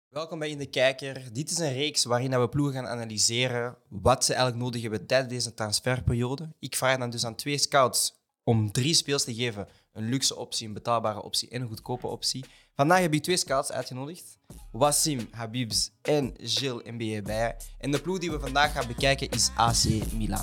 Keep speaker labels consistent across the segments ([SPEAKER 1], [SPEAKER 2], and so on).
[SPEAKER 1] Welkom bij In de Kijker. Dit is een reeks waarin we ploegen gaan analyseren wat ze eigenlijk nodig hebben tijdens deze transferperiode. Ik vraag dan dus aan 2 scouts om 3 speels te geven. Een luxe optie, een betaalbare optie en een goedkope optie. Vandaag heb ik 2 scouts uitgenodigd. Wassim, Habibs en Gilles NBA bij. En de ploeg die we vandaag gaan bekijken is AC Milan.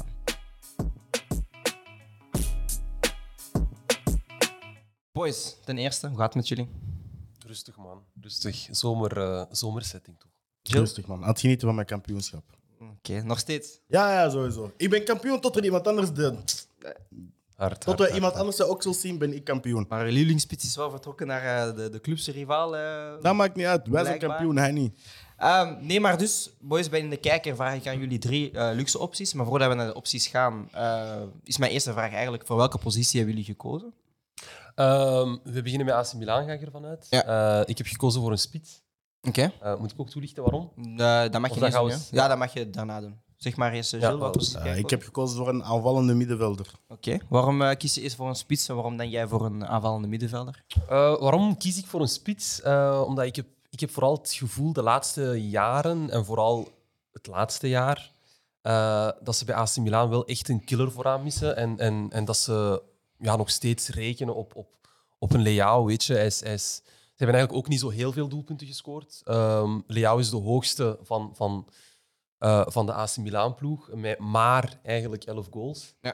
[SPEAKER 1] Boys, ten eerste, hoe gaat het met jullie?
[SPEAKER 2] Rustig, man. Rustig. Zomersetting, toch?
[SPEAKER 1] Gilles?
[SPEAKER 3] Rustig, man. Aan het genieten van mijn kampioenschap.
[SPEAKER 1] Oké, nog steeds.
[SPEAKER 3] Ja, sowieso. Ik ben kampioen tot er iemand anders Tot we iemand anders ook zo zien, ben ik kampioen.
[SPEAKER 1] Maar jullie linkspits is wel vertrokken naar de clubse rivaal.
[SPEAKER 3] Dat maakt niet uit. Wij zijn
[SPEAKER 1] Blijkbaar.
[SPEAKER 3] kampioen, hij niet.
[SPEAKER 1] Nee, maar dus, boys, bij In de Kijker vraag ik aan jullie 3 luxe opties. Maar voordat we naar de opties gaan, is mijn eerste vraag eigenlijk: voor welke positie hebben jullie gekozen?
[SPEAKER 2] We beginnen met AC Milan, ga ik ervan uit.
[SPEAKER 1] Ja.
[SPEAKER 2] Ik heb gekozen voor een spits.
[SPEAKER 1] Oké.
[SPEAKER 2] Moet ik ook toelichten waarom?
[SPEAKER 1] Dat mag
[SPEAKER 2] Of
[SPEAKER 1] je
[SPEAKER 2] dat
[SPEAKER 1] niet
[SPEAKER 2] gaan we
[SPEAKER 1] doen.
[SPEAKER 2] eens-
[SPEAKER 1] Ja, dat mag je daarna doen. Zeg maar eens, Gilles,
[SPEAKER 2] Ja,
[SPEAKER 1] welke positie heb jij
[SPEAKER 3] Ik heb gekozen voor een aanvallende middenvelder.
[SPEAKER 1] Oké. Waarom kies je eerst voor een spits en waarom dan jij voor een aanvallende middenvelder?
[SPEAKER 2] Waarom kies ik voor een spits? Omdat ik heb vooral het gevoel de laatste jaren, en vooral het laatste jaar, dat ze bij AC Milan wel echt een killer vooraan missen. En dat ze nog steeds rekenen op een Leao. Weet je. Ze hebben eigenlijk ook niet zo heel veel doelpunten gescoord. Leao is de hoogste van de AC Milan-ploeg, met maar eigenlijk 11 goals.
[SPEAKER 1] Ja.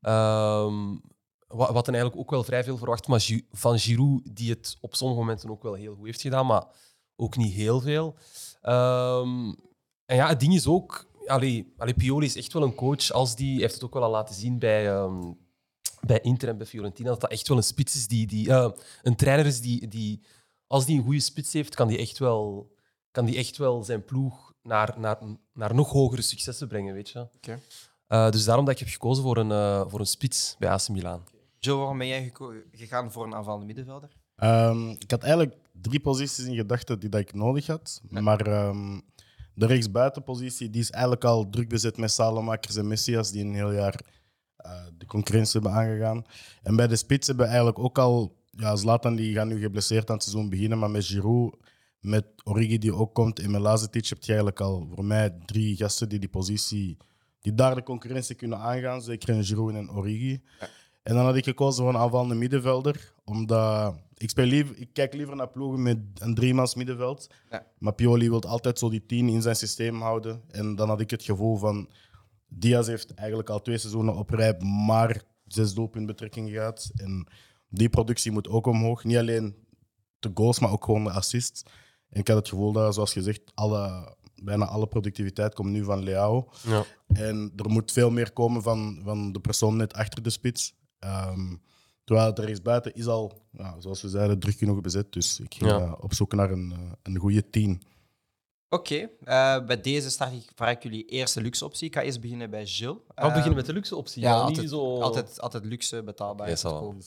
[SPEAKER 2] Wat dan eigenlijk ook wel vrij veel verwacht van Giroud, die het op sommige momenten ook wel heel goed heeft gedaan, maar ook niet heel veel. En ja, het ding is ook... Pioli is echt wel een coach, hij heeft het ook wel al laten zien bij Inter en bij Fiorentina, dat echt wel een spits is, een trainer is die als die een goede spits heeft, kan die echt wel zijn ploeg naar nog hogere successen brengen, weet je.
[SPEAKER 1] Oké.
[SPEAKER 2] Dus daarom dat ik heb gekozen voor een spits bij AC Milan.
[SPEAKER 1] Gilles, waarom ben jij gegaan voor een aanvallende middenvelder?
[SPEAKER 3] Ik had eigenlijk 3 posities in gedachten die dat ik nodig had. Maar de rechtsbuitenpositie die is eigenlijk al druk bezet met Salemakers en Messias, die een heel jaar de concurrentie hebben aangegaan. En bij de spits hebben we eigenlijk ook al... Ja, Zlatan die gaat nu geblesseerd aan het seizoen beginnen, maar met Giroud, met Origi die ook komt en met Lazetic heb je eigenlijk al voor mij 3 gasten die positie, die daar de concurrentie kunnen aangaan. Zeker een Giroud en een Origi.
[SPEAKER 1] Ja.
[SPEAKER 3] En dan had ik gekozen voor een aanvallende middenvelder, omdat ik kijk liever naar ploegen met een 3-mans middenveld.
[SPEAKER 1] Ja.
[SPEAKER 3] Maar Pioli wil altijd zo die 10 in zijn systeem houden. En dan had ik het gevoel van... Diaz heeft eigenlijk al 2 seizoenen op rij maar 6 doelpuntbetrekkingen gehad. En die productie moet ook omhoog. Niet alleen de goals, maar ook gewoon de assists. En ik had het gevoel dat, zoals gezegd, bijna alle productiviteit komt nu van Leao.
[SPEAKER 2] Ja.
[SPEAKER 3] En er moet veel meer komen van de persoon net achter de spits. Terwijl het er is buiten is al, zoals we zeiden, druk genoeg bezet. Dus ik ga op zoek naar een goede 10.
[SPEAKER 1] Oké. Bij deze vraag ik jullie eerste luxe optie. Ik ga eerst beginnen bij Gilles.
[SPEAKER 2] We beginnen met de luxe optie.
[SPEAKER 1] Ja,
[SPEAKER 2] niet
[SPEAKER 1] altijd,
[SPEAKER 2] zo...
[SPEAKER 1] altijd luxe, betaalbaar.
[SPEAKER 2] Oké, ça va.
[SPEAKER 1] goedkoop.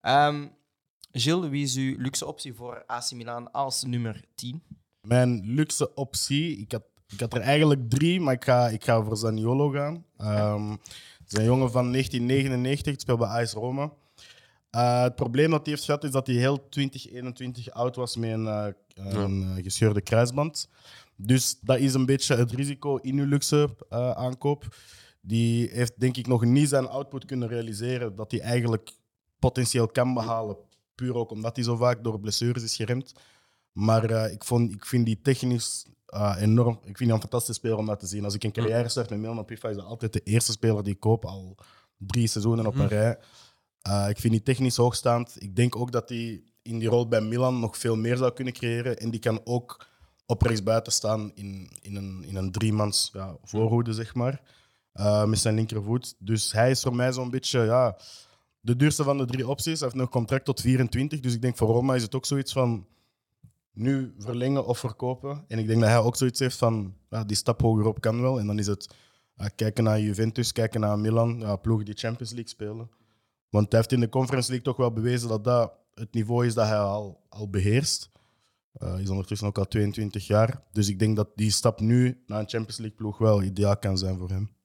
[SPEAKER 1] Gilles, wie is uw luxe optie voor AC Milan als nummer 10?
[SPEAKER 3] Mijn luxe optie, ik had er eigenlijk 3, maar ik ga voor Zaniolo gaan. Het is een jongen van 1999, het speelt bij AS Roma. Het probleem dat hij heeft gehad is dat hij heel 2021 oud was met een gescheurde kruisband. Dus dat is een beetje het risico in uw luxe aankoop. Die heeft denk ik nog niet zijn output kunnen realiseren dat hij eigenlijk potentieel kan behalen. Puur ook omdat hij zo vaak door blessures is geremd. Maar ik vind die technisch enorm. Ik vind die een fantastische speler om dat te zien. Als ik een carrière start met Milan op FIFA, is dat altijd de eerste speler die ik koop, al 3 seizoenen op een rij. Ik vind die technisch hoogstaand. Ik denk ook dat hij in die rol bij Milan nog veel meer zou kunnen creëren. En die kan ook op rechtsbuiten staan in een 3-mans voorhoede, zeg maar. Met zijn linkervoet. Dus hij is voor mij zo'n beetje de duurste van de 3 opties. Hij heeft nog contract tot 24. Dus ik denk voor Roma is het ook zoiets van nu verlengen of verkopen. En ik denk dat hij ook zoiets heeft van die stap hogerop kan wel. En dan is het kijken naar Juventus, kijken naar Milan. Ploegen die Champions League spelen. Want hij heeft in de Conference League toch wel bewezen dat dat het niveau is dat hij al beheerst. Hij is ondertussen ook al 22 jaar. Dus ik denk dat die stap nu naar een Champions League ploeg wel ideaal kan zijn voor hem.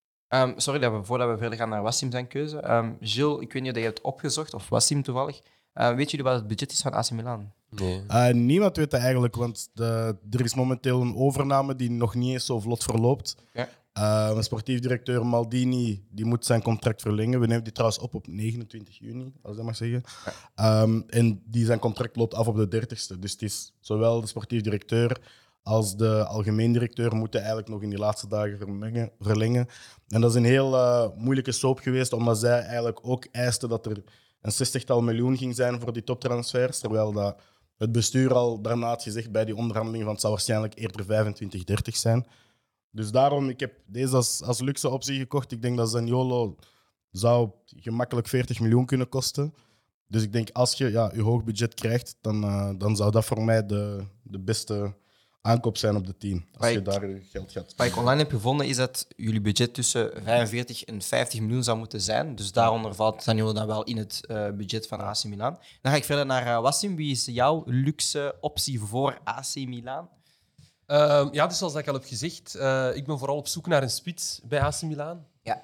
[SPEAKER 1] Sorry, voordat we verder gaan naar Wassim zijn keuze. Gilles, ik weet niet of je hebt opgezocht, of Wassim toevallig. Weet jullie wat het budget is van AC Milan?
[SPEAKER 2] Nee.
[SPEAKER 3] Niemand weet het eigenlijk, want er is momenteel een overname die nog niet eens zo vlot verloopt.
[SPEAKER 1] Ja.
[SPEAKER 3] Een sportief directeur Maldini die moet zijn contract verlengen. We nemen die trouwens op 29 juni, als ik dat mag zeggen. En zijn contract loopt af op de 30ste. Dus het is zowel de sportief directeur als de algemeen directeur moeten eigenlijk nog in die laatste dagen verlengen. En dat is een heel moeilijke soap geweest, omdat zij eigenlijk ook eisten dat er een 60-tal miljoen ging zijn voor die toptransfers, terwijl dat het bestuur al daarna had gezegd bij die onderhandelingen van het zou waarschijnlijk eerder 25, 30 zijn. Dus daarom, ik heb deze als luxe optie gekocht. Ik denk dat Zaniolo zou gemakkelijk 40 miljoen kunnen kosten. Dus ik denk, als je je hoog budget krijgt, dan zou dat voor mij de beste aankoop zijn op de team. Als je daar geld gaat.
[SPEAKER 1] Wat ik online heb gevonden is dat jullie budget tussen 45 en 50 miljoen zou moeten zijn. Dus daaronder valt Zaniolo dan wel in het budget van AC Milan. Dan ga ik verder naar Wassim. Wie is jouw luxe optie voor AC Milan?
[SPEAKER 2] Dus zoals ik al heb gezegd, ik ben vooral op zoek naar een spits bij AC Milan.
[SPEAKER 1] Ja.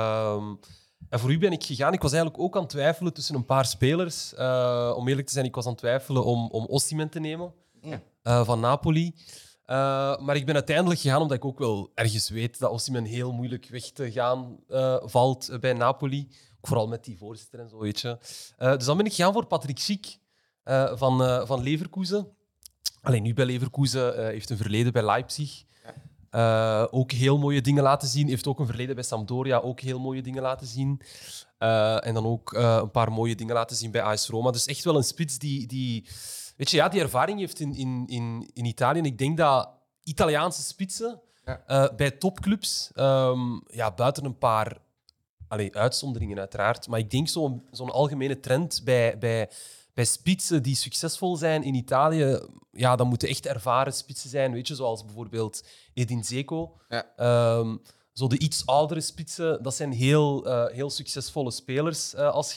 [SPEAKER 2] En voor u ben ik gegaan. Ik was eigenlijk ook aan het twijfelen tussen een paar spelers. Om eerlijk te zijn, ik was aan het twijfelen om Osimhen te nemen van Napoli. Maar ik ben uiteindelijk gegaan omdat ik ook wel ergens weet dat Osimhen heel moeilijk weg te gaan valt bij Napoli. Ook vooral met die voorzitter en zo, weet je. Dus dan ben ik gegaan voor Patrick Schick van Leverkusen. Alleen nu bij Leverkusen heeft een verleden bij Leipzig. Ook heel mooie dingen laten zien. Heeft ook een verleden bij Sampdoria. Ook heel mooie dingen laten zien. En dan ook een paar mooie dingen laten zien bij AS Roma. Dus echt wel een spits die weet je, die ervaring heeft in Italië. En ik denk dat Italiaanse spitsen bij topclubs, buiten een paar uitzonderingen uiteraard, maar ik denk zo'n algemene trend bij spitsen die succesvol zijn in Italië, dan moeten echt ervaren spitsen zijn, weet je, zoals bijvoorbeeld Edin Dzeko. Ja. Zo de iets oudere spitsen, dat zijn heel succesvolle spelers. Als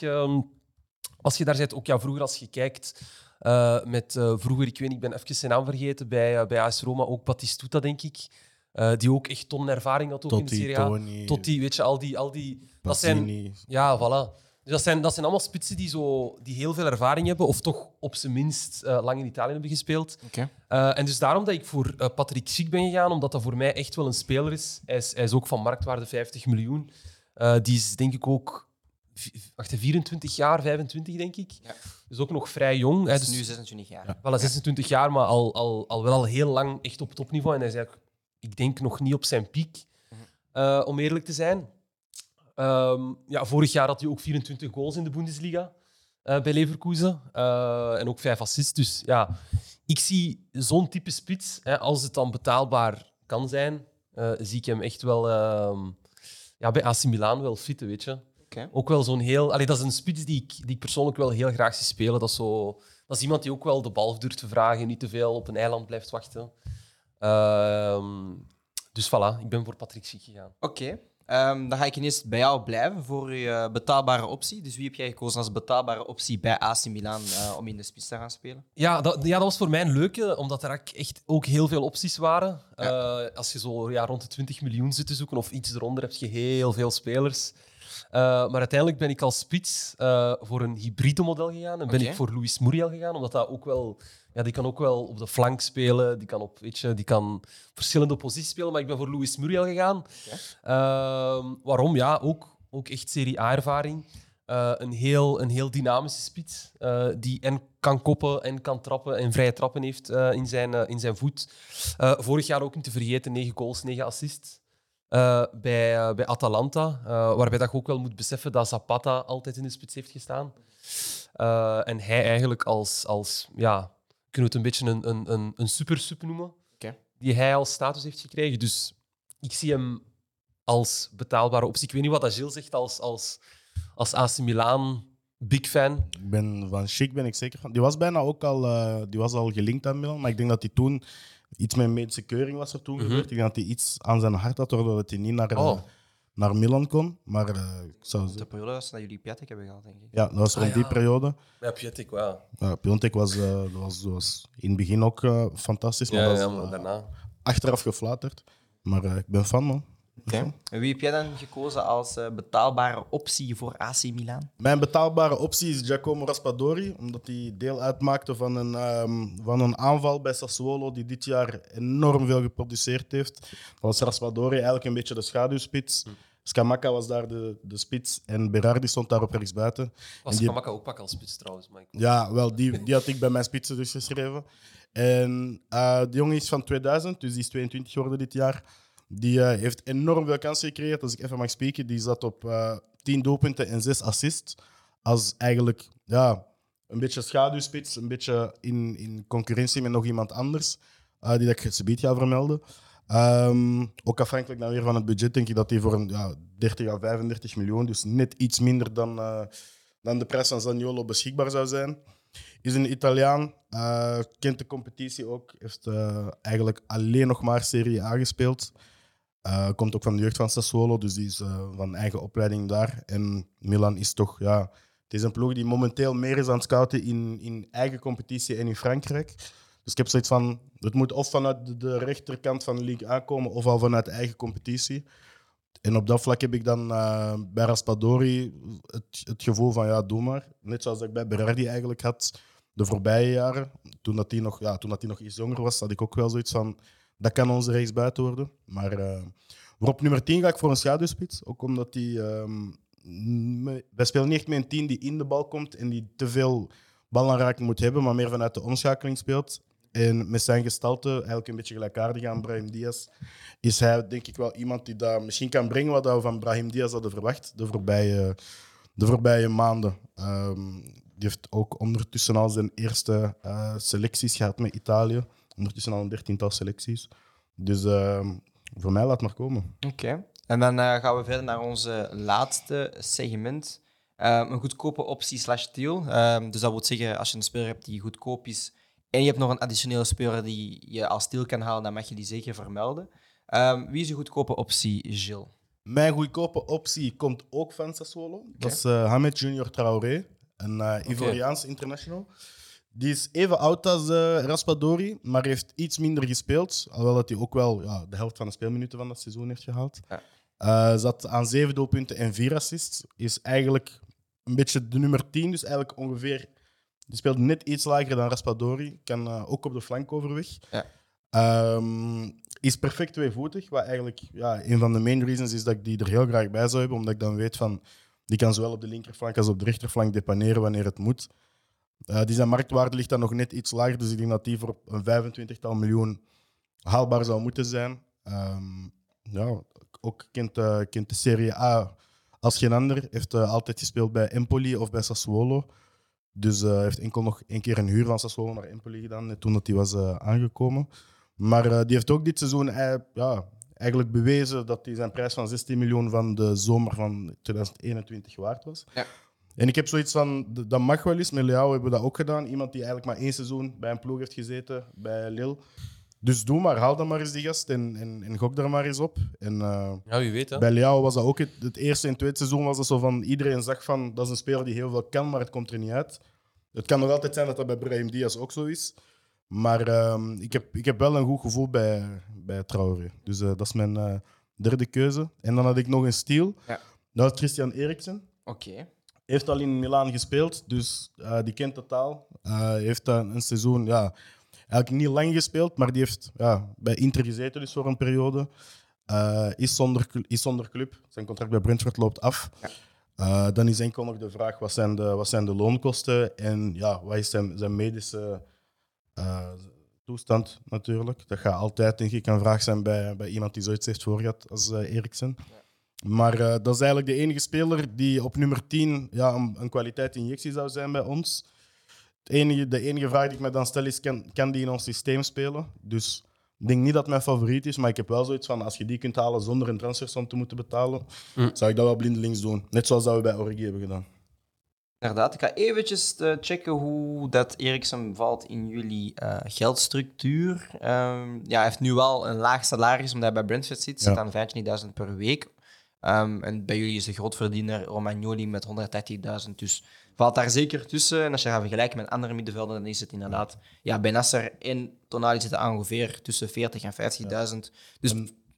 [SPEAKER 2] je daar zit, ook vroeger als je kijkt vroeger, ik ben even zijn naam vergeten, bij AS Roma, ook Batistuta, denk ik. Die ook echt tonnen ervaring had ook in de Serie A. Totti, weet je, al die dat zijn, ja, voilà. Dus dat zijn allemaal spitsen die heel veel ervaring hebben, of toch op zijn minst lang in Italië hebben gespeeld.
[SPEAKER 1] Okay.
[SPEAKER 2] En dus daarom dat ik voor Patrick Schick ben gegaan, omdat dat voor mij echt wel een speler is. Hij is ook van marktwaarde 50 miljoen. Die is denk ik ook 24 jaar, 25 denk ik. Ja. Dus ook nog vrij jong.
[SPEAKER 1] Hij is nu 26 jaar.
[SPEAKER 2] Ja. Voilà, 26 jaar, maar al heel lang echt op topniveau. En hij is eigenlijk, ik denk, nog niet op zijn piek, om eerlijk te zijn. Vorig jaar had hij ook 24 goals in de Bundesliga bij Leverkusen. En ook 5 assists. Dus ja, ik zie zo'n type spits, als het dan betaalbaar kan zijn, zie ik hem echt wel bij AC Milan wel fitten, weet je. Okay. Ook wel zo'n heel... dat is een spits die ik persoonlijk wel heel graag zie spelen. Dat is iemand die ook wel de bal durft te vragen, niet te veel op een eiland blijft wachten. Dus voilà, ik ben voor Patrick Schick gegaan.
[SPEAKER 1] Oké. Dan ga ik ineens bij jou blijven voor je betaalbare optie. Dus wie heb jij gekozen als betaalbare optie bij AC Milan om in de spits te gaan spelen?
[SPEAKER 2] Ja, dat was voor mij een leuke, omdat er echt ook heel veel opties waren. Ja. Als je zo rond de 20 miljoen zit te zoeken of iets eronder, heb je heel veel spelers. Maar uiteindelijk ben ik als spits voor een hybride model gegaan. En ben ik voor Luis Muriel gegaan, omdat dat ook wel... Ja, die kan ook wel op de flank spelen. Die kan verschillende posities spelen. Maar ik ben voor Luis Muriel gegaan. Okay. Waarom? Ja, ook echt Serie A-ervaring. Een heel dynamische spits. Die en kan koppen en kan trappen en vrije trappen heeft in zijn voet. Vorig jaar ook niet te vergeten, 9 goals, 9 assists. Bij Atalanta, waarbij dat je ook wel moet beseffen dat Zapata altijd in de spits heeft gestaan. En hij eigenlijk als kunnen we het een beetje een super noemen, die hij als status heeft gekregen. Dus ik zie hem als betaalbare optie. Ik weet niet wat Gilles zegt als AC Milan big fan.
[SPEAKER 3] Van Schick ben ik zeker van. Die was bijna ook al gelinkt aan Milan, maar ik denk dat hij toen... Iets met medische keuring was er toen gebeurd. Ik denk dat hij iets aan zijn hart had, waardoor hij niet naar Milan kon. Maar ik zou zeggen...
[SPEAKER 1] De periode was dat jullie Piatek hebben gehad, denk ik.
[SPEAKER 3] Ja, dat was rond die periode.
[SPEAKER 2] Ja, Piatek, wauw.
[SPEAKER 3] Piatek was in het begin ook fantastisch, maar,
[SPEAKER 2] maar daarna...
[SPEAKER 3] achteraf geflaterd. Maar ik ben fan, man.
[SPEAKER 1] Okay. En wie heb jij dan gekozen als betaalbare optie voor AC Milan?
[SPEAKER 3] Mijn betaalbare optie is Giacomo Raspadori, omdat hij deel uitmaakte van een aanval bij Sassuolo die dit jaar enorm veel geproduceerd heeft. Dat was Raspadori eigenlijk een beetje de schaduwspits. Scamacca was daar de spits en Berardi stond daar op rechtsbuiten.
[SPEAKER 2] Was
[SPEAKER 3] die-
[SPEAKER 2] Scamacca ook pak als spits trouwens, Mike.
[SPEAKER 3] Ja, wel, die had ik bij mijn spitsen dus geschreven. En die jongen is van 2000, dus die is 22 geworden dit jaar. Die heeft enorm veel kansen gecreëerd, als ik even mag spreken. Die zat op 10 doelpunten en 6 assists. Als eigenlijk een beetje schaduwspits, een beetje in concurrentie met nog iemand anders. Die dat ik subiet ga vermelden. Ook afhankelijk dan weer van het budget, denk ik dat hij voor een 30 à 35 miljoen, dus net iets minder dan de prijs van Zaniolo beschikbaar zou zijn. Is een Italiaan, kent de competitie ook, heeft eigenlijk alleen nog maar Serie A gespeeld. Komt ook van de jeugd van Sassuolo, dus die is van eigen opleiding daar. En Milan is toch, het is een ploeg die momenteel meer is aan het scouten in eigen competitie en in Frankrijk. Dus ik heb zoiets van, het moet of vanuit de rechterkant van de league aankomen of al vanuit de eigen competitie. En op dat vlak heb ik dan bij Raspadori het gevoel van, doe maar. Net zoals ik bij Berardi eigenlijk had de voorbije jaren. Toen dat hij nog iets jonger was, had ik ook wel zoiets van, dat kan onze rechtsbuiten worden. Maar voor op nummer 10 ga ik voor een schaduwspits. Ook omdat wij spelen niet echt met een team die in de bal komt en die te veel balaanraking moet hebben, maar meer vanuit de omschakeling speelt. En met zijn gestalte, eigenlijk een beetje gelijkaardig aan Brahim Diaz, is hij denk ik wel iemand die dat misschien kan brengen wat we van Brahim Diaz hadden verwacht de voorbije maanden. Die heeft ook ondertussen al zijn eerste selecties gehad met Italië. Ondertussen al een 13-tal selecties. Dus voor mij laat maar komen.
[SPEAKER 1] Oké. En dan gaan we verder naar onze laatste segment. Een goedkope optie / deal. Dus dat wil zeggen, als je een speler hebt die goedkoop is en je hebt nog een additionele speler die je als deal kan halen, dan mag je die zeker vermelden. Wie is je goedkope optie, Gilles?
[SPEAKER 3] Mijn goedkope optie komt ook van Sassuolo. Dat is Hamed Junior Traoré, een Ivoriaans international. Die is even oud als Raspadori, maar heeft iets minder gespeeld. Alhoewel dat hij ook wel de helft van de speelminuten van dat seizoen heeft gehaald.
[SPEAKER 1] Ja.
[SPEAKER 3] Zat aan 7 doelpunten en 4 assists. Is eigenlijk een beetje de nummer 10, dus eigenlijk ongeveer... Die speelt net iets lager dan Raspadori. Kan ook op de flank overweg.
[SPEAKER 1] Ja.
[SPEAKER 3] Is perfect tweevoetig, wat eigenlijk een van de main reasons is dat ik die er heel graag bij zou hebben, omdat ik dan weet van, die kan zowel op de linkerflank als op de rechterflank depaneren wanneer het moet. Die zijn marktwaarde ligt dan nog net iets lager, dus ik denk dat die voor een 25-tal miljoen haalbaar zou moeten zijn. Ook kent de Serie A als geen ander. Heeft altijd gespeeld bij Empoli of bij Sassuolo. Dus heeft enkel nog één keer een huur van Sassuolo naar Empoli gedaan, net toen dat hij was aangekomen. Maar die heeft ook dit seizoen eigenlijk bewezen dat hij zijn prijs van 16 miljoen van de zomer van 2021 waard was.
[SPEAKER 1] Ja.
[SPEAKER 3] En ik heb zoiets van, dat mag wel eens. Met Leao hebben we dat ook gedaan. Iemand die eigenlijk maar 1 seizoen bij een ploeg heeft gezeten, bij Lille. Dus doe maar, haal dan maar eens die gast en gok daar maar eens op. En,
[SPEAKER 2] Wie weet, hè?
[SPEAKER 3] bij Leao was dat ook het eerste en tweede seizoen was het zo van, iedereen zag van, dat is een speler die heel veel kan, maar het komt er niet uit. Het kan nog altijd zijn dat dat bij Brahim Diaz ook zo is. Maar ik heb wel een goed gevoel bij Traoré. Dus dat is mijn derde keuze. En dan had ik nog een steal.
[SPEAKER 1] Ja.
[SPEAKER 3] Dat was Christian Eriksen.
[SPEAKER 1] Oké.
[SPEAKER 3] Heeft al in Milaan gespeeld, dus die kent de taal. Heeft een seizoen eigenlijk niet lang gespeeld, maar die heeft bij Inter gezeten dus voor een periode. Is zonder club. Zijn contract bij Brentford loopt af. Ja. Dan is enkel nog de vraag, wat zijn de loonkosten en wat is zijn medische toestand natuurlijk. Dat gaat altijd, denk ik, een vraag zijn bij iemand die zoiets heeft voorgehad als Eriksen. Ja. Maar dat is eigenlijk de enige speler die op nummer 10 een kwaliteitinjectie zou zijn bij ons. De enige vraag die ik me dan stel is, kan die in ons systeem spelen? Dus ik denk niet dat het mijn favoriet is, maar ik heb wel zoiets van, als je die kunt halen zonder een transfersom te moeten betalen, zou ik dat wel blindelings doen. Net zoals dat we bij Origi hebben gedaan.
[SPEAKER 1] Inderdaad, ik ga eventjes checken hoe dat Eriksen valt in jullie geldstructuur. Hij heeft nu wel een laag salaris omdat hij bij Brentford zit aan 15.000 per week. En bij jullie is de grootverdiener Romagnoli met 130.000. Dus valt daar zeker tussen. En als je gaat vergelijken met andere middenvelden, dan is het inderdaad... Benasser en Tonali zitten aan ongeveer tussen 40.000 en 50.000. Dus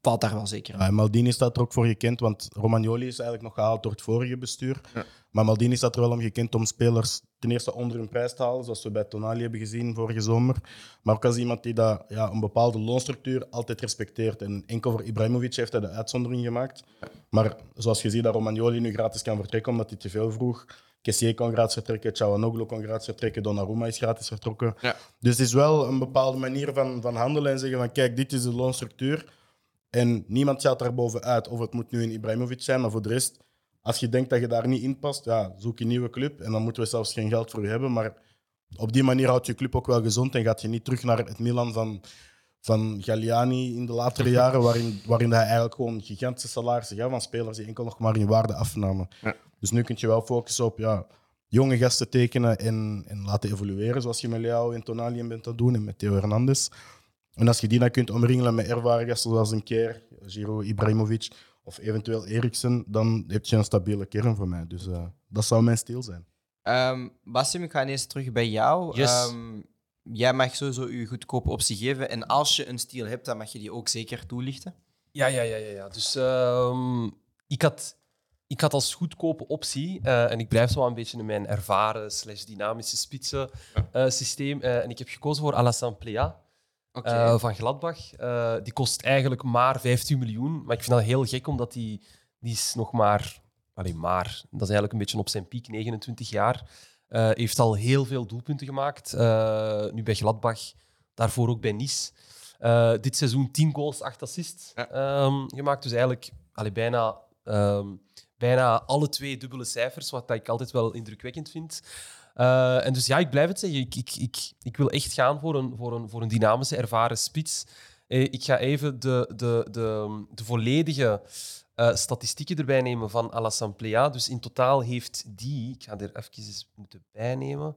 [SPEAKER 1] valt daar wel zeker.
[SPEAKER 3] Ja, en Maldini staat er ook voor gekend, want Romagnoli is eigenlijk nog gehaald door het vorige bestuur. Ja. Maar Maldini staat er wel om gekend om spelers ten eerste onder hun prijs te halen, zoals we bij Tonali hebben gezien vorige zomer. Maar ook als iemand die dat, een bepaalde loonstructuur altijd respecteert. En enkel voor Ibrahimovic heeft hij de uitzondering gemaakt. Maar zoals je ziet dat Romagnoli nu gratis kan vertrekken omdat hij te veel vroeg. Kessié kon gratis vertrekken, Çalhanoğlu kon gratis vertrekken, Donnarumma is gratis vertrokken. Ja. Dus het is wel een bepaalde manier van handelen en zeggen van kijk, dit is de loonstructuur. En niemand gaat daar bovenuit. Of het moet nu een Ibrahimovic zijn, maar voor de rest, als je denkt dat je daar niet in past, zoek een nieuwe club. En dan moeten we zelfs geen geld voor je hebben. Maar op die manier houdt je club ook wel gezond en gaat je niet terug naar het Milan van Galliani in de latere jaren, waarin hij eigenlijk gewoon gigantische salarissen gaf van spelers die enkel nog maar in waarde afnamen. Ja. Dus nu kun je wel focussen op jonge gasten tekenen en laten evolueren, zoals je met Leao en Tonali bent aan het doen en met Theo Hernandez. En als je die dan kunt omringelen met ervaren gasten zoals een Keer, Giroud, Ibrahimovic of eventueel Eriksen, dan heb je een stabiele kern voor mij. Dus dat zou mijn stijl zijn.
[SPEAKER 1] Basim, ik ga ineens terug bij jou.
[SPEAKER 2] Yes.
[SPEAKER 1] Jij mag sowieso je goedkope optie geven. En als je een stijl hebt, dan mag je die ook zeker toelichten.
[SPEAKER 2] Ja. Dus ik had als goedkope optie, en ik blijf zo een beetje in mijn ervaren /dynamische spitsen systeem, en ik heb gekozen voor Alassane Plea. Van Gladbach. Die kost eigenlijk maar 15 miljoen. Maar ik vind dat heel gek, omdat die is nog maar... Dat is eigenlijk een beetje op zijn piek, 29 jaar. Heeft al heel veel doelpunten gemaakt. Nu bij Gladbach, daarvoor ook bij Nice. Dit seizoen 10 goals, 8 assists gemaakt. Dus eigenlijk bijna alle 2 dubbele cijfers, wat ik altijd wel indrukwekkend vind. En dus ik blijf het zeggen. Ik wil echt gaan voor een dynamische, ervaren spits. Ik ga even de volledige statistieken erbij nemen van Alassane Plea. Dus in totaal heeft die... Ik ga er even eens moeten bijnemen.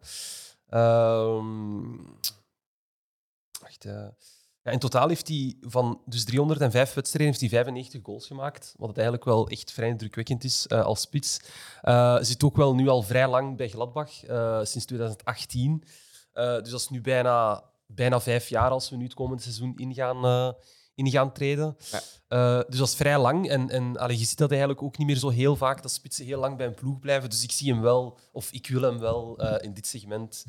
[SPEAKER 2] In totaal heeft hij van 305 wedstrijden heeft hij 95 goals gemaakt. Wat het eigenlijk wel echt vrij indrukwekkend is als spits. Zit ook wel nu al vrij lang bij Gladbach, sinds 2018. Dus dat is nu bijna 5 jaar als we nu het komende seizoen in gaan treden. Ja. Dus dat is vrij lang. En je ziet dat eigenlijk ook niet meer zo heel vaak, dat spitsen heel lang bij een ploeg blijven. Dus ik zie hem wel, of ik wil hem wel in dit segment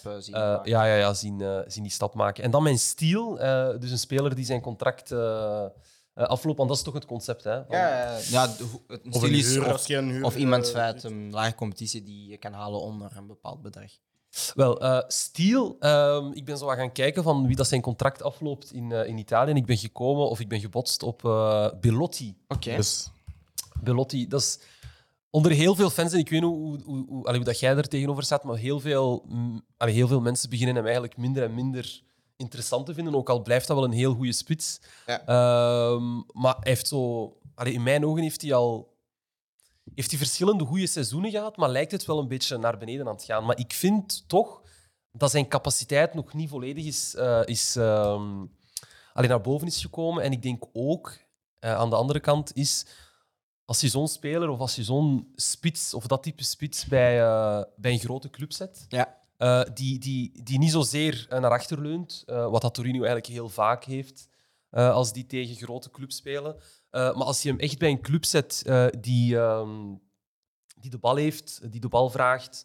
[SPEAKER 2] zien die stap maken. En dan mijn stijl, dus een speler die zijn contract afloopt, want dat is toch het concept. Hè?
[SPEAKER 1] Een stijl is of iemand vanuit een lage competitie die je kan halen onder een bepaald bedrag.
[SPEAKER 2] Wel, Stiel, ik ben zo gaan kijken van wie dat zijn contract afloopt in Italië. En ik ben gebotst op Belotti.
[SPEAKER 1] Oké.
[SPEAKER 3] Dus.
[SPEAKER 2] Belotti, dat is onder heel veel fans, en ik weet hoe dat jij er tegenover staat, maar heel veel mensen beginnen hem eigenlijk minder en minder interessant te vinden, ook al blijft dat wel een heel goede spits. Ja. Maar hij heeft in mijn ogen heeft hij verschillende goede seizoenen gehad, maar lijkt het wel een beetje naar beneden aan het gaan. Maar ik vind toch dat zijn capaciteit nog niet volledig naar boven is gekomen. En ik denk ook, aan de andere kant, als je zo'n speler of als je zo'n spits of dat type spits bij een grote club zet, die niet zozeer naar achter leunt, wat dat Torino eigenlijk heel vaak heeft als die tegen grote clubs spelen. Maar als je hem echt bij een club zet die de bal heeft, die de bal vraagt,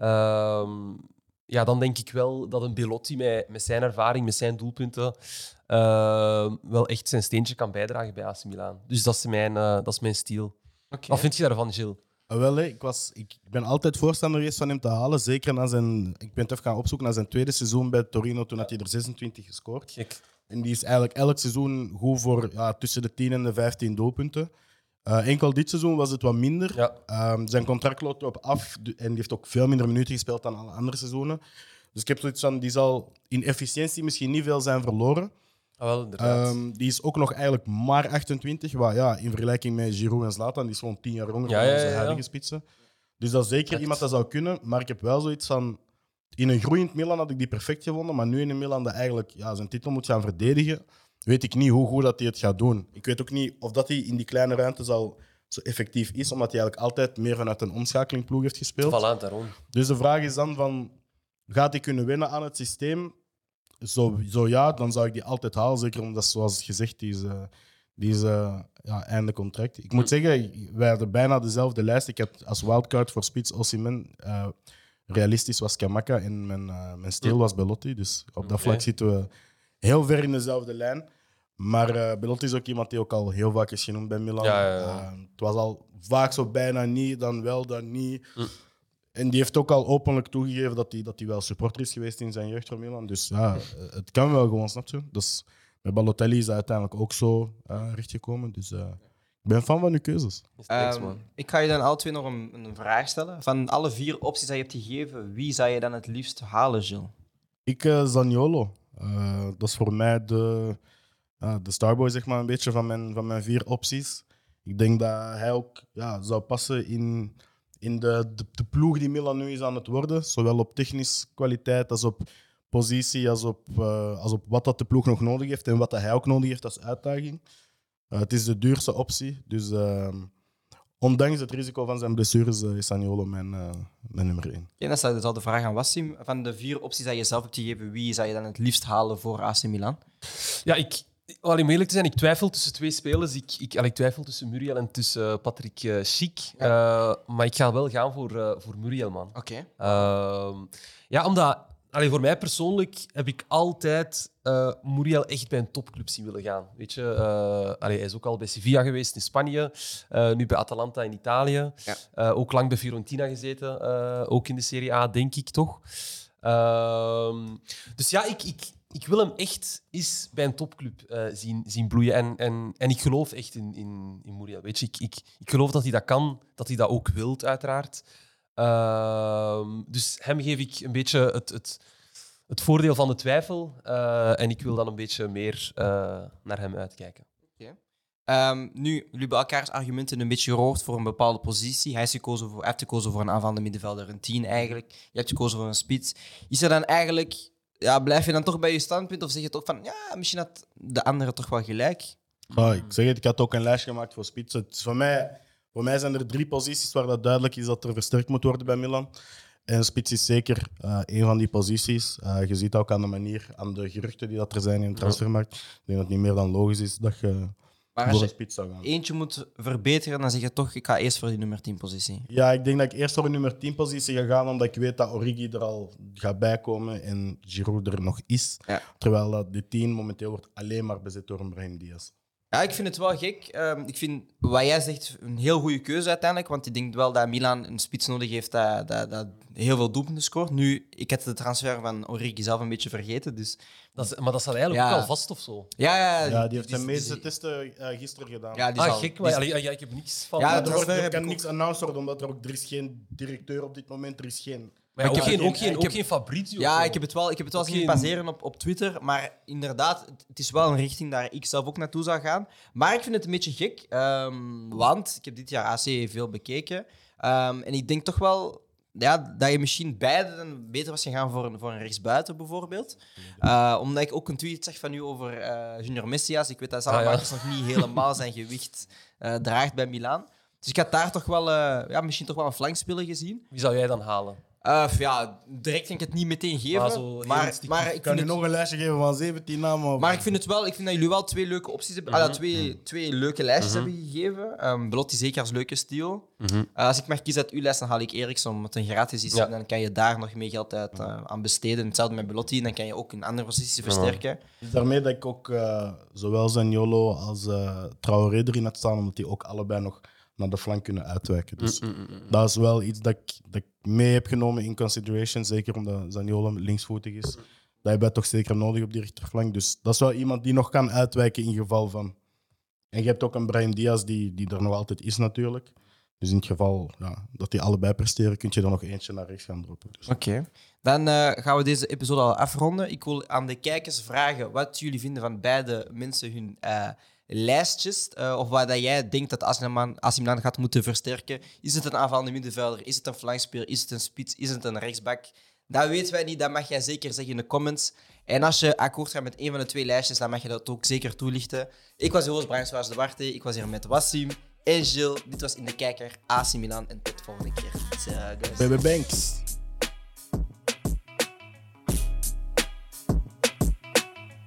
[SPEAKER 2] dan denk ik wel dat een Belotti met zijn ervaring, met zijn doelpunten, wel echt zijn steentje kan bijdragen bij AC Milan. Dus dat is mijn stijl. Okay. Wat vind je daarvan, Gilles?
[SPEAKER 3] Ik ben altijd voorstander geweest van hem te halen. Zeker ik ben het even gaan opzoeken naar zijn tweede seizoen bij Torino, toen had hij er 26 gescoord.
[SPEAKER 2] Gek.
[SPEAKER 3] En die is eigenlijk elk seizoen goed voor tussen de 10 en de 15 doelpunten. Enkel dit seizoen was het wat minder. Ja. Zijn contract loopt erop af en die heeft ook veel minder minuten gespeeld dan alle andere seizoenen. Dus ik heb zoiets van, die zal in efficiëntie misschien niet veel zijn verloren.
[SPEAKER 2] Wel, inderdaad.
[SPEAKER 3] Die is ook nog eigenlijk maar 28, wat in vergelijking met Giroud en Zlatan, die is gewoon 10 jaar jonger dan onze huidige spitsen. Dus dat is zeker iemand dat zou kunnen, maar ik heb wel zoiets van... In een groeiend Milan had ik die perfect gevonden, maar nu in een Milan dat eigenlijk zijn titel moet gaan verdedigen, weet ik niet hoe goed dat hij het gaat doen. Ik weet ook niet of dat hij in die kleine ruimte zo effectief is, omdat hij eigenlijk altijd meer vanuit een omschakelingploeg heeft gespeeld.
[SPEAKER 2] Voilà, daarom.
[SPEAKER 3] Dus de vraag is dan van, gaat hij kunnen winnen aan het systeem? Zo ja, dan zou ik die altijd halen, zeker omdat, zoals gezegd, die Die is einde contract. Ik moet zeggen, wij hadden bijna dezelfde lijst. Ik had als wildcard voor spits Osimhen. Realistisch was Kamaka en mijn steel was Belotti. Dus op dat vlak zitten we heel ver in dezelfde lijn. Maar Belotti is ook iemand die ook al heel vaak is genoemd bij Milan. Het was al vaak zo bijna niet, dan wel, dan niet. En die heeft ook al openlijk toegegeven dat hij wel supporter is geweest in zijn jeugd voor Milan. Dus ja, het kan wel gewoon, snap je? Dus met Balotelli is dat uiteindelijk ook zo rechtgekomen. Dus ik ben fan van uw keuzes.
[SPEAKER 1] Ik ga je dan alle twee nog een vraag stellen. Van alle 4 opties die je hebt gegeven, wie zou je dan het liefst halen, Gilles?
[SPEAKER 3] Ik, Zaniolo. Dat is voor mij de starboy, zeg maar, een beetje van mijn 4 opties. Ik denk dat hij ook zou passen in de ploeg die Milan nu is aan het worden. Zowel op technische kwaliteit als op positie, als op wat dat de ploeg nog nodig heeft en wat dat hij ook nodig heeft als uitdaging. Het is de duurste optie. Dus ondanks het risico van zijn blessures is Zaniolo mijn nummer 1.
[SPEAKER 1] En dan staat dus al de vraag aan Wassim. Van de 4 opties die je zelf hebt gegeven, wie zou je dan het liefst halen voor AC Milan?
[SPEAKER 2] Ja, om eerlijk te zijn, ik twijfel tussen 2 spelers. Ik twijfel tussen Muriel en tussen Patrick Schick. Maar ik ga wel gaan voor Muriel, man.
[SPEAKER 1] Oké.
[SPEAKER 2] Omdat... voor mij persoonlijk heb ik altijd Muriel echt bij een topclub zien willen gaan. Weet je, hij is ook al bij Sevilla geweest in Spanje, nu bij Atalanta in Italië. Ja. Ook lang bij Fiorentina gezeten, ook in de Serie A, denk ik toch. Dus ja, ik wil hem echt eens bij een topclub zien bloeien. En ik geloof echt in Muriel. Weet je, ik geloof dat hij dat kan, dat hij dat ook wilt, uiteraard. Dus hem geef ik een beetje het voordeel van de twijfel. En ik wil dan een beetje meer naar hem uitkijken.
[SPEAKER 1] Nu, jullie hebben elkaars argumenten een beetje gehoord voor een bepaalde positie. Hij heeft gekozen voor een aanvallende middenvelder, een 10 eigenlijk. Je hebt gekozen voor een spits. Is er dan eigenlijk... Ja, blijf je dan toch bij je standpunt? Of zeg je toch van, ja, misschien had de andere toch wel gelijk?
[SPEAKER 3] Ik zeg het, ik had ook een lijstje gemaakt voor spitsen. Voor mij zijn er 3 posities waar dat duidelijk is dat er versterkt moet worden bij Milan. En spits is zeker een van die posities. Je ziet ook aan de manier, aan de geruchten die dat er zijn in de transfermarkt. Ik denk dat het niet meer dan logisch is dat je voor een spits zou gaan.
[SPEAKER 1] Eentje moet verbeteren, dan zeg je toch, ik ga eerst voor die nummer 10-positie.
[SPEAKER 3] Ja, ik denk dat ik eerst voor een nummer 10-positie ga gaan, omdat ik weet dat Origi er al gaat bijkomen en Giroud er nog is. Ja. Terwijl dat de 10 momenteel wordt alleen maar bezet door Brahim Diaz.
[SPEAKER 1] Ja, ik vind het wel gek. Ik vind wat jij zegt een heel goede keuze uiteindelijk. Want ik denk wel dat Milan een spits nodig heeft dat heel veel doelpunten scoort. Nu, ik had de transfer van Origi zelf een beetje vergeten. Dus...
[SPEAKER 2] Maar dat staat eigenlijk ook al vast of zo?
[SPEAKER 3] Ja, die heeft zijn medische testen gisteren gedaan.
[SPEAKER 1] Ja,
[SPEAKER 2] gek. Ik heb niks van...
[SPEAKER 3] Ja, er kan niks announced worden, omdat er is geen directeur op dit moment. Er is geen...
[SPEAKER 2] Maar ook geen Fabrizio.
[SPEAKER 1] Ja, ik heb het wel zien passeren op Twitter. Maar inderdaad, het is wel een richting daar ik zelf ook naartoe zou gaan. Maar ik vind het een beetje gek. Want ik heb dit jaar AC veel bekeken. En ik denk toch wel dat je misschien beide dan beter was gegaan voor een rechtsbuiten bijvoorbeeld. Omdat ik ook een tweet zag van u over Junior Messias. Ik weet dat Salamanca nog niet helemaal zijn gewicht draagt bij Milan. Dus ik had daar toch wel misschien toch wel een flankspeler gezien.
[SPEAKER 2] Wie zou jij dan halen?
[SPEAKER 1] Direct kan ik het niet meteen geven. Maar
[SPEAKER 3] ik kan je nog een lijstje geven van 17 namen.
[SPEAKER 1] Maar ik vind dat jullie wel 2 leuke opties hebben. Twee leuke lijstjes hebben gegeven. Belotti zeker als leuke stijl. Als ik mag kiezen uit uw lijst, dan haal ik Eriksson, omdat het een gratis is. En dan kan je daar nog meer geld aan besteden. Hetzelfde met Belotti. En dan kan je ook een andere positie versterken.
[SPEAKER 3] Dus daarmee dat ik ook zowel Zaniolo als Traoré erin had staan, omdat die ook allebei nog naar de flank kunnen uitwijken. Dus dat is wel iets dat ik mee heb genomen in consideration. Zeker omdat Zaniolo linksvoetig is. Dat heb je toch zeker nodig op die rechterflank. Dus dat is wel iemand die nog kan uitwijken in geval van... En je hebt ook een Brahim Diaz die er nog altijd is natuurlijk. Dus in het geval dat die allebei presteren, kun je er nog eentje naar rechts gaan droppen. Dus.
[SPEAKER 1] Oké. Dan gaan we deze episode al afronden. Ik wil aan de kijkers vragen wat jullie vinden van beide mensen hun... lijstjes, of waar dat jij denkt dat AC Milan gaat moeten versterken. Is het een aanvallende middenvelder? Is het een flankspeler? Is het een spits? Is het een rechtsback? Dat weten wij niet, dat mag jij zeker zeggen in de comments. En als je akkoord gaat met een van de 2 lijstjes, dan mag je dat ook zeker toelichten. Ik was Joost Brian Swaars de Warte, ik was hier met Wassim en Gilles. Dit was In de Kijker, AC Milan en tot de volgende keer.
[SPEAKER 3] Baby Banks.